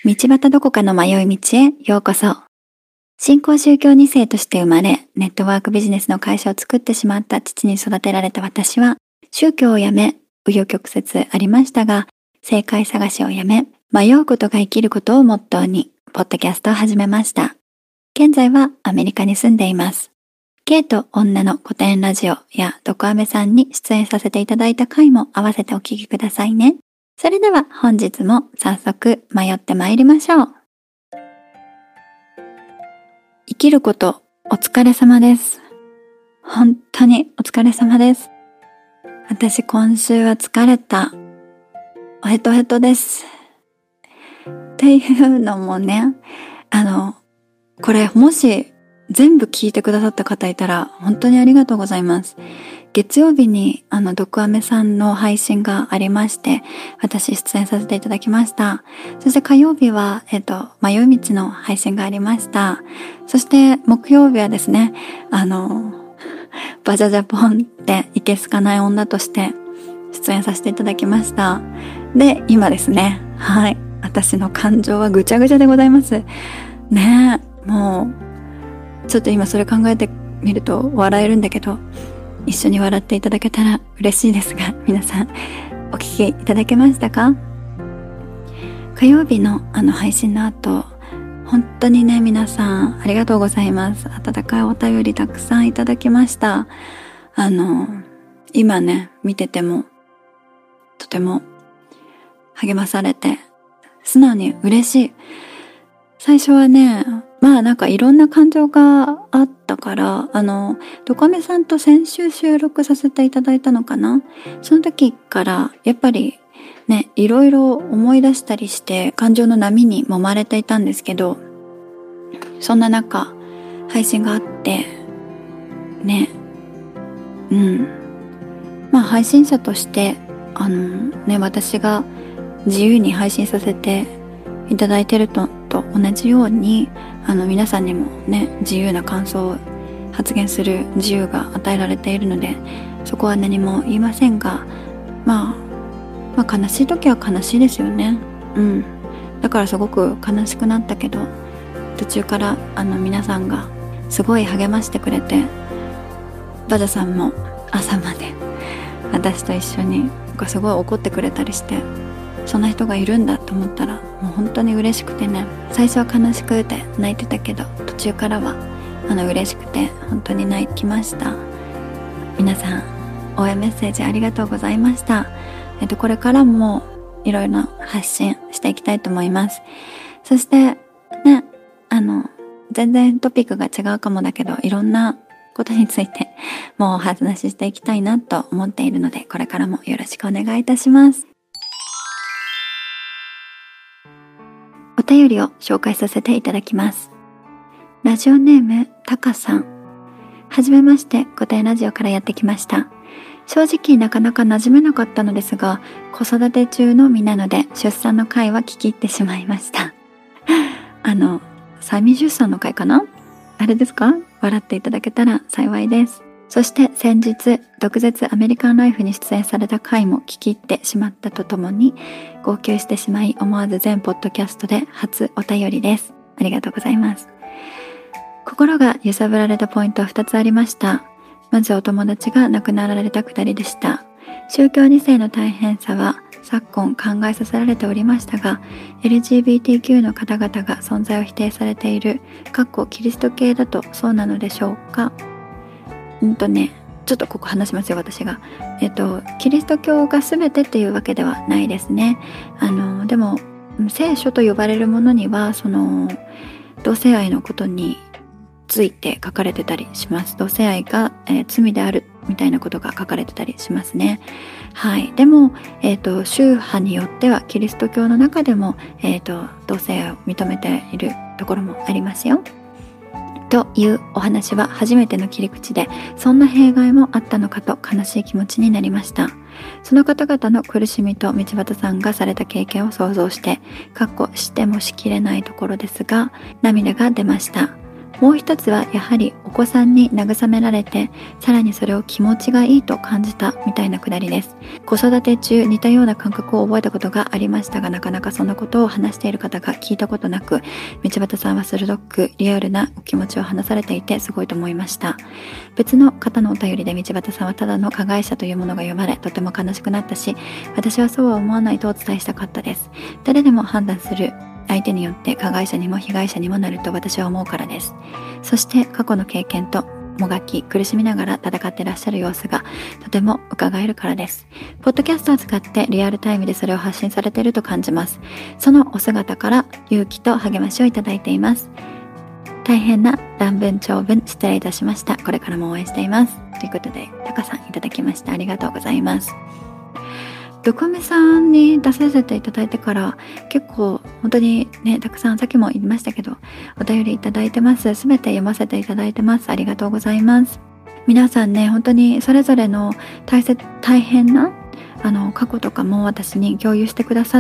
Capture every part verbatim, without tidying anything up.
道端どこかの迷い道へようこそ。新興宗教に世として生まれ、ネットワークビジネスの会社を作ってしまった父に育てられた私は、宗教をやめ、紆余曲折ありましたが、正解探しをやめ、迷うことが生きることをモットーに、ポッドキャストを始めました。現在はアメリカに住んでいます。ゲイと女の古典ラジオやドクアメさんに出演させていただいた回も合わせてお聞きくださいね。それでは本日も早速迷って参りましょう。生きることお疲れ様です。本当にお疲れ様です。私今週は疲れた。おへとへとです。っていうのもね、あの、これもし全部聞いてくださった方いたら本当にありがとうございます。月曜日にあのドクアメさんの配信がありまして、私出演させていただきました。そして火曜日は、えっと、迷い道の配信がありました。そして木曜日はですね、あの、バジャジャポンっていけすかない女として出演させていただきました。で、今ですね、はい、私の感情はぐちゃぐちゃでございます。ねえ、もう、ちょっと今それ考えてみると笑えるんだけど、一緒に笑っていただけたら嬉しいですが、皆さんお聞きいただけましたか？火曜日のあの配信の後、本当にね、皆さんありがとうございます。温かいお便りたくさんいただきました。あの、今ね、見ててもとても励まされて、素直に嬉しい。最初はね、まあなんかいろんな感情があったから、あの、ドカメさんと先週収録させていただいたのかな？その時からやっぱりね、いろいろ思い出したりして感情の波に揉まれていたんですけど、そんな中、配信があって、ね、うん。まあ配信者として、あのね、私が自由に配信させていただいてるとと同じように、あの皆さんにもね、自由な感想を発言する自由が与えられているので、そこは何も言いませんが、まあ、まあ悲しい時は悲しいですよね。うん。だからすごく悲しくなったけど、途中からあの皆さんがすごい励ましてくれて、バジャさんも朝まで私と一緒にすごい怒ってくれたりして、そんな人がいるんだと思ったらもう本当に嬉しくてね、最初は悲しくて泣いてたけど、途中からはあの嬉しくて本当に泣きました。皆さん応援メッセージありがとうございました。えっとこれからもいろいろ発信していきたいと思います。そしてね、あの全然トピックが違うかもだけど、いろんなことについてもうお話ししていきたいなと思っているので、これからもよろしくお願いいたします。お便りを紹介させていただきます。ラジオネームたかさん。はじめまして、古典ラジオからやってきました。正直なかなか馴染めなかったのですが、子育て中の身なので出産の回は聞き入ってしまいました。あの催眠出産の回かな、あれですか？笑っていただけたら幸いです。そして先日毒舌アメリカンライフに出演された回も聞き入ってしまったとともに、号泣してしまい思わず全ポッドキャストで初お便りです。ありがとうございます。心が揺さぶられたポイントはふたつありました。まずお友達が亡くなられたくだりでした。宗教に世の大変さは昨今考えさせられておりましたが、 エルジービーティーキュー の方々が存在を否定されているかっこキリスト系だとそうなのでしょうか。うんとね、ちょっとここ話しますよ、私が。えっと、キリスト教が全てっていうわけではないですね。あの、でも、聖書と呼ばれるものには、その、同性愛のことについて書かれてたりします。同性愛が、えー、罪であるみたいなことが書かれてたりしますね。はい。でも、えっと、宗派によっては、キリスト教の中でも、えっと、同性愛を認めているところもありますよ。というお話は初めての切り口で、そんな弊害もあったのかと悲しい気持ちになりました。その方々の苦しみと道端さんがされた経験を想像して、かっこしてもしきれないところですが、涙が出ました。 もう一つはやはりお子さんに慰められて、さらにそれを気持ちがいいと感じたみたいなくだりです。子育て中似たような感覚を覚えたことがありましたが、なかなかそんなことを話している方が聞いたことなく、道端さんは鋭くリアルなお気持ちを話されていてすごいと思いました。別の方のお便りで道端さんはただの加害者というものが読まれ、とても悲しくなったし、私はそうは思わないとお伝えしたかったです。誰でも判断する相手によって加害者にも被害者にもなると私は思うからです。そして過去の経験ともがき苦しみながら戦ってらっしゃる様子がとても伺えるからです。ポッドキャストを使ってリアルタイムでそれを発信されていると感じます。そのお姿から勇気と励ましをいただいています。大変な乱文長文失礼いたしました。これからも応援しています。ということで、タカさんいただきました。ありがとうございます。ドコメさんに出させていただいてから結構本当にね、たくさんさっきも言いましたけどお便りいただいてます。すべて読ませていただいてます。ありがとうございます。皆さんね、本当にそれぞれの大切大変なあの過去とかも私に共有してくださって、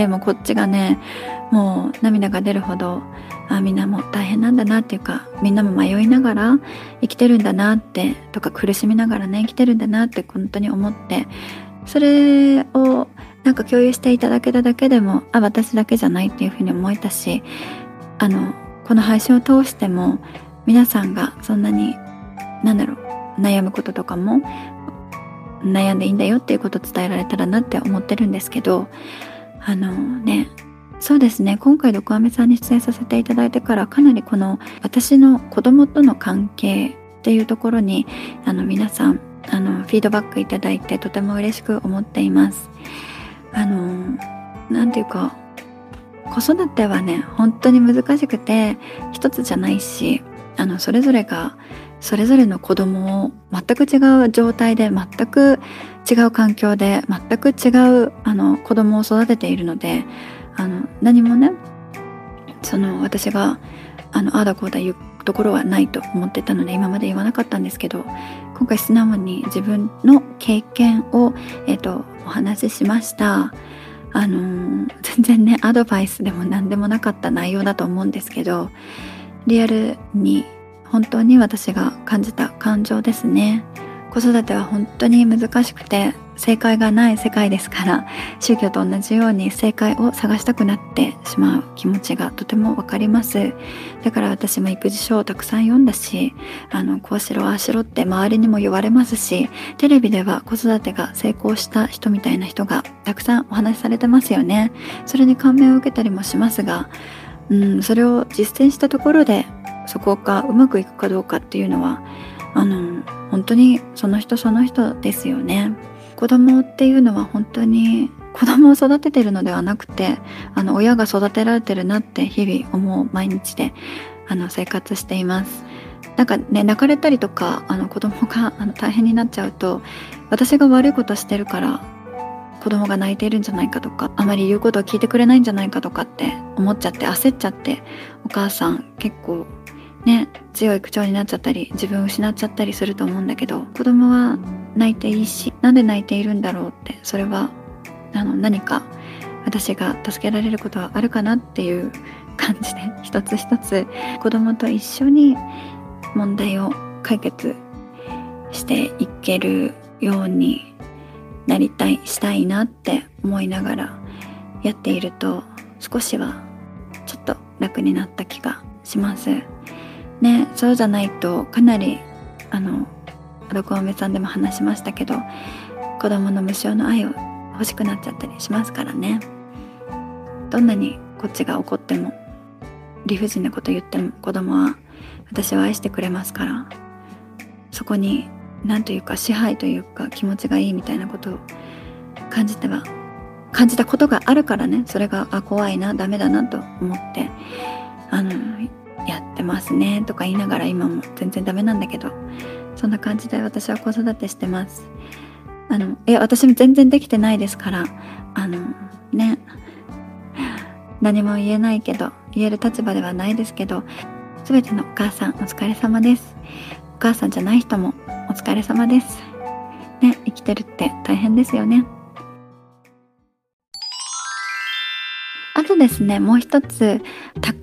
もうこっちがねもう涙が出るほど、あ、みんなも大変なんだなっていうか、みんなも迷いながら生きてるんだなってとか、苦しみながらね生きてるんだなって本当に思って、それをなんか共有していただけただけでも、あ、私だけじゃないっていうふうに思えたし、あのこの配信を通しても皆さんがそんなになんだろう悩むこととかも悩んでいいんだよっていうことを伝えられたらなって思ってるんですけど、あのねそうですね、今回ドクアメさんに出演させていただいてからかなりこの私の子供との関係っていうところにあの皆さんあのフィードバックいただいてとても嬉しく思っています。あのなんていうか子育てはね本当に難しくて一つじゃないし、あのそれぞれがそれぞれの子供を全く違う状態で全く違う環境で全く違うあの子供を育てているので、あの何もねその私があのああだこうだ言うところはないと思ってたので今まで言わなかったんですけど、今回素直に自分の経験を、えーと、お話ししました。あのー、全然ねアドバイスでも何でもなかった内容だと思うんですけど、リアルに本当に私が感じた感情ですね。子育ては本当に難しくて正解がない世界ですから、宗教と同じように正解を探したくなってしまう気持ちがとてもわかります。だから私も育児書をたくさん読んだし、あのこうしろああしろって周りにも言われますし、テレビでは子育てが成功した人みたいな人がたくさんお話しされてますよね。それに感銘を受けたりもしますが、うん、それを実践したところでそこがうまくいくかどうかっていうのはあの本当にその人その人ですよね。子供っていうのは本当に子供を育てているのではなくて、あの親が育てられてるなって日々思う毎日であの生活しています。なんかね泣かれたりとかあの子供があの大変になっちゃうと、私が悪いことしてるから子供が泣いているんじゃないかとか、あまり言うことを聞いてくれないんじゃないかとかって思っちゃって焦っちゃって、お母さん結構ね強い口調になっちゃったり自分を失っちゃったりすると思うんだけど、子供は泣いていいし、なんで泣いているんだろうって、それはあの何か私が助けられることはあるかなっていう感じで、一つ一つ子供と一緒に問題を解決していけるようになりたいしたいなって思いながらやっていると、少しはちょっと楽になった気がしますね。そうじゃないとかなりあのドクオメさんでも話しましたけど、子供の無償の愛を欲しくなっちゃったりしますからね。どんなにこっちが怒っても理不尽なこと言っても子供は私を愛してくれますから、そこに何というか支配というか気持ちがいいみたいなことを感じては感じたことがあるからね、それがあ怖いなダメだなと思ってあのやってますねとか言いながら今も全然ダメなんだけど、そんな感じで私は子育てしてます。あのいや私も全然できてないですから、あのね何も言えないけど言える立場ではないですけど、すべてのお母さんお疲れ様です。お母さんじゃない人もお疲れ様ですね。生きてるって大変ですよね。あとですね、もう一つたくさん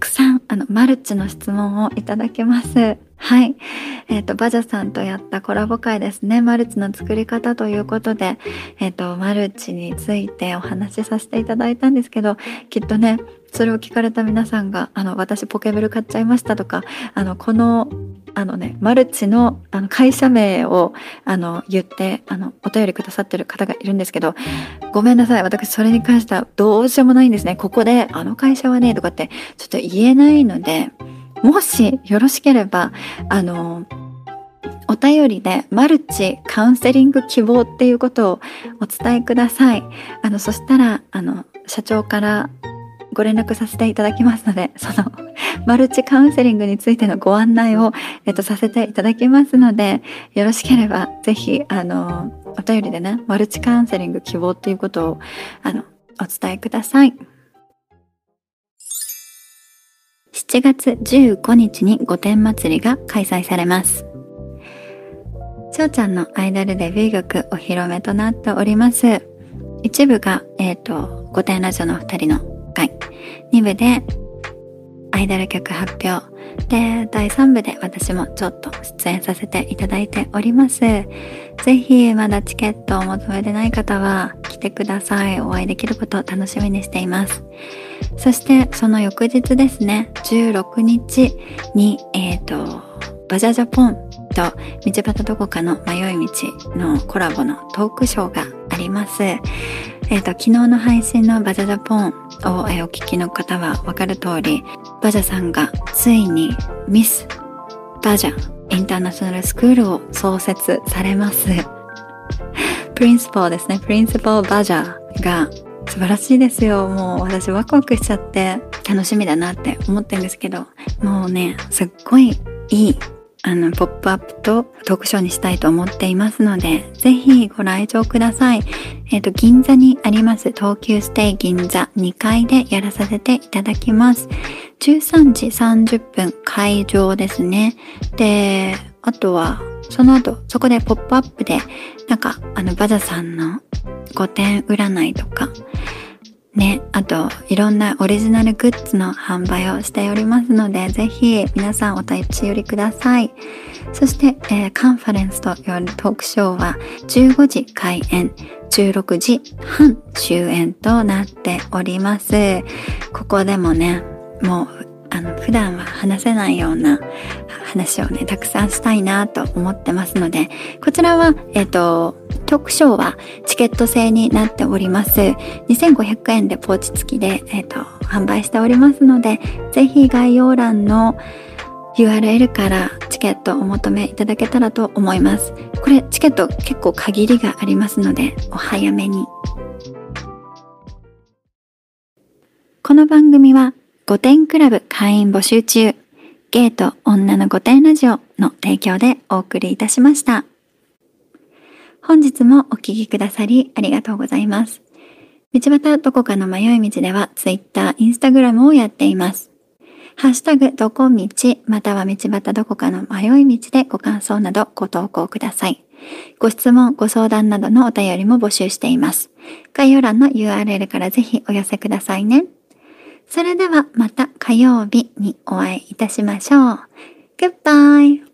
あの、マルチの質問をいただけます。はい。えっと、バジャさんとやったコラボ会ですね。マルチの作り方ということで、えっと、マルチについてお話しさせていただいたんですけど、きっとね、それを聞かれた皆さんが、あの、私ポケベル買っちゃいましたとか、あの、この、あのね、マルチの、あの会社名をあの言ってあのお便りくださってる方がいるんですけど、ごめんなさい、私それに関してはどうしようもないんですね。ここであの会社はねとかってちょっと言えないので、もしよろしければあのお便りでマルチカウンセリング希望っていうことをお伝えください。あのそしたらあの社長からご連絡させていただきますので、そのマルチカウンセリングについてのご案内を、えっと、させていただきますので、よろしければぜひあのお便りでね、マルチカウンセリング希望っていうことをあのお伝えください。しちがつじゅうごにちに御殿祭りが開催されます。しょうちゃんのアイドルデビュー曲お披露目となっております。一部が、えっと、御殿ラジオのふたりの回、に部でアイドル曲発表で、だいさん部で私もちょっと出演させていただいております。ぜひまだチケットを求めてない方は来てください。お会いできることを楽しみにしています。そしてその翌日ですね、じゅうろくにちにえっとバジャジャポンと道端どこかの迷い道のコラボのトークショーがあります。えっと、昨日の配信のバジャジャポンを、えー、お聞きの方はわかる通り、バジャさんがついにミスバジャインターナショナルスクールを創設されます。プリンシパルですね。プリンシパルバジャが素晴らしいですよ。もう私ワクワクしちゃって楽しみだなって思ってるんですけど、もうね、すっごいいいあのポップアップとトークショーにしたいと思っていますので、ぜひご来場ください。えっと銀座にあります東急ステイ銀座にかいでやらさせていただきます。じゅうさんじさんじゅっぷん会場ですね。で、あとはその後そこでポップアップでなんかあのバジャさんのごてん占いとかね、あといろんなオリジナルグッズの販売をしておりますので、ぜひ皆さんお立ち寄りください。そして、えー、カンファレンスというトークショーはじゅうごじ開演、じゅうろくじはん終演となっております。ここでもね、もうあの普段は話せないような話をねたくさんしたいなと思ってますので、こちらはえっとトークショーはチケット制になっております。にせんごひゃくえんでポーチ付きでえっと販売しておりますので、ぜひ概要欄の ユーアールエル からチケットをお求めいただけたらと思います。これチケット結構限りがありますのでお早めに。この番組は御殿クラブ会員募集中、ゲイと女の御殿ラジオの提供でお送りいたしました。本日もお聞きくださりありがとうございます。道端どこかの迷い道では Twitter、Instagram をやっています。ハッシュタグどこ道または道端どこかの迷い道でご感想などご投稿ください。ご質問、ご相談などのお便りも募集しています。概要欄の ユーアールエル からぜひお寄せくださいね。それではまた火曜日にお会いいたしましょう。Goodbye!